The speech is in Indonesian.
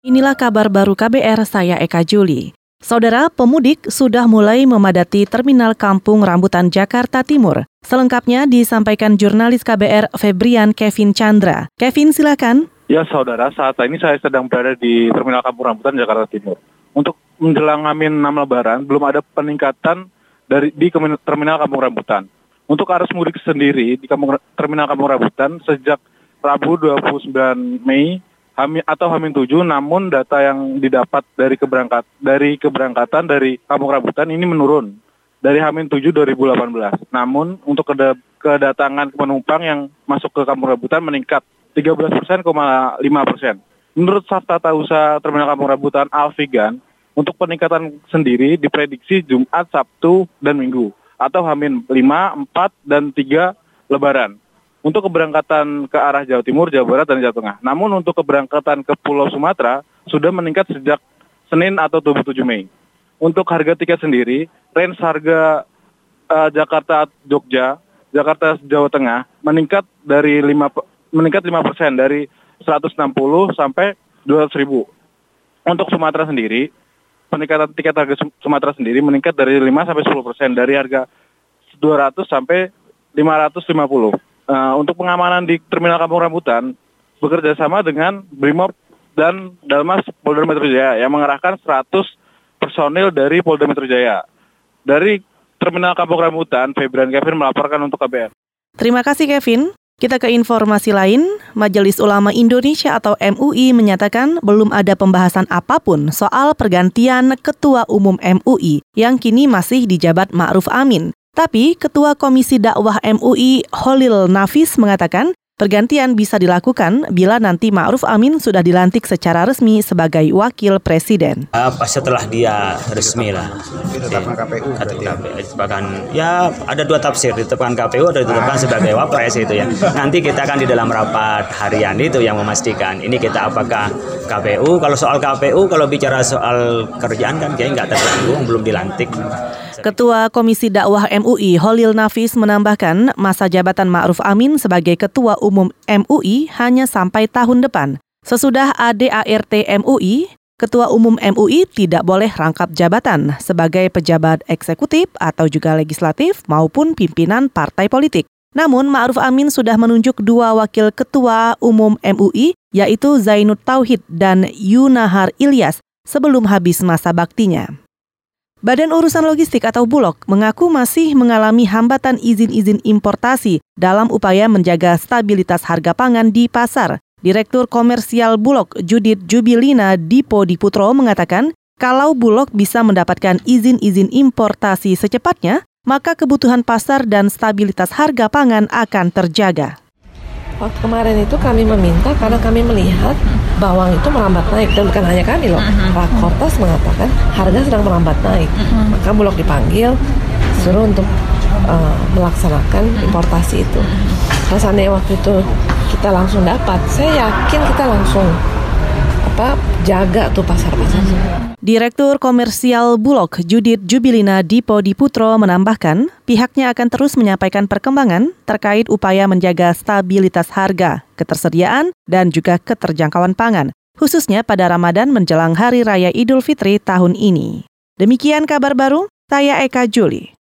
Inilah kabar baru KBR, saya Eka Juli. Saudara, pemudik sudah mulai memadati Terminal Kampung Rambutan Jakarta Timur. Selengkapnya disampaikan jurnalis KBR Febrian Kevin Chandra. Kevin, silakan. Ya saudara, saat ini saya sedang berada di Terminal Kampung Rambutan Jakarta Timur. Untuk menjelang Amin 6 Lebaran, belum ada peningkatan di Terminal Kampung Rambutan. Untuk arus mudik sendiri di Terminal Kampung Rambutan sejak Rabu 29 Mei atau H-7, namun data yang didapat dari keberangkatan dari Kampung Rambutan ini menurun dari H-7 2018. Namun untuk kedatangan penumpang yang masuk ke Kampung Rambutan meningkat 13,5%. Menurut staf tata usaha Terminal Kampung Rambutan Alfigan, untuk peningkatan sendiri diprediksi Jumat, Sabtu, dan Minggu atau H-5, 4, dan 3 Lebaran. Untuk keberangkatan ke arah Jawa Timur, Jawa Barat, dan Jawa Tengah. Namun untuk keberangkatan ke Pulau Sumatera sudah meningkat sejak Senin atau 27 Mei. Untuk harga tiket sendiri, range harga Jakarta-Jogja, Jakarta-Jawa Tengah meningkat 5% dari 160 sampai 200.000. Untuk Sumatera sendiri, peningkatan tiket harga Sumatera sendiri meningkat dari 5 sampai 10% dari harga 200 sampai 550. Untuk pengamanan di Terminal Kampung Rambutan bekerja sama dengan Brimob dan Dalmas Polda Metro Jaya yang mengerahkan 100 personil dari Polda Metro Jaya. Dari Terminal Kampung Rambutan, Febrian Kevin melaporkan untuk KBR. Terima kasih Kevin. Kita ke informasi lain. Majelis Ulama Indonesia atau MUI menyatakan belum ada pembahasan apapun soal pergantian Ketua Umum MUI yang kini masih dijabat Ma'ruf Amin. Tapi Ketua Komisi Dakwah MUI Holil Nafis mengatakan pergantian bisa dilakukan bila nanti Ma'ruf Amin sudah dilantik secara resmi sebagai wakil presiden. Setelah dia resmi lah. Ditetapkan KPU. Bahkan ya ada dua tafsir, ditetapkan KPU atau ditetapkan sebagai wapres itu ya. Nanti kita akan di dalam rapat harian itu yang memastikan ini kita apakah KPU. Kalau soal KPU, kalau bicara soal kerjaan kan kayaknya nggak terganggu, belum dilantik. Ketua Komisi Dakwah MUI Holil Nafis menambahkan masa jabatan Ma'ruf Amin sebagai Ketua Umum MUI hanya sampai tahun depan. Sesudah ADART MUI, Ketua Umum MUI tidak boleh rangkap jabatan sebagai pejabat eksekutif atau juga legislatif maupun pimpinan partai politik. Namun Ma'ruf Amin sudah menunjuk dua wakil Ketua Umum MUI yaitu Zainud Tauhid dan Yunahar Ilyas sebelum habis masa baktinya. Badan Urusan Logistik atau Bulog mengaku masih mengalami hambatan izin-izin importasi dalam upaya menjaga stabilitas harga pangan di pasar. Direktur Komersial Bulog Judith Jubilina Dipo Diputro mengatakan kalau Bulog bisa mendapatkan izin-izin importasi secepatnya, maka kebutuhan pasar dan stabilitas harga pangan akan terjaga. Waktu kemarin itu kami meminta karena kami melihat bawang itu melambat naik dan bukan hanya kami loh. Rakortas mengatakan harga sedang melambat naik. Maka Bulog dipanggil suruh untuk melaksanakan importasi itu. Kalau seandainya waktu itu kita langsung dapat, saya yakin kita langsung jaga tuh pasar-pasar. Direktur Komersial Bulog Judith Jubilina Dipo Diputro menambahkan pihaknya akan terus menyampaikan perkembangan terkait upaya menjaga stabilitas harga, ketersediaan, dan juga keterjangkauan pangan, khususnya pada Ramadan menjelang Hari Raya Idul Fitri tahun ini. Demikian kabar baru, saya Eka Juli.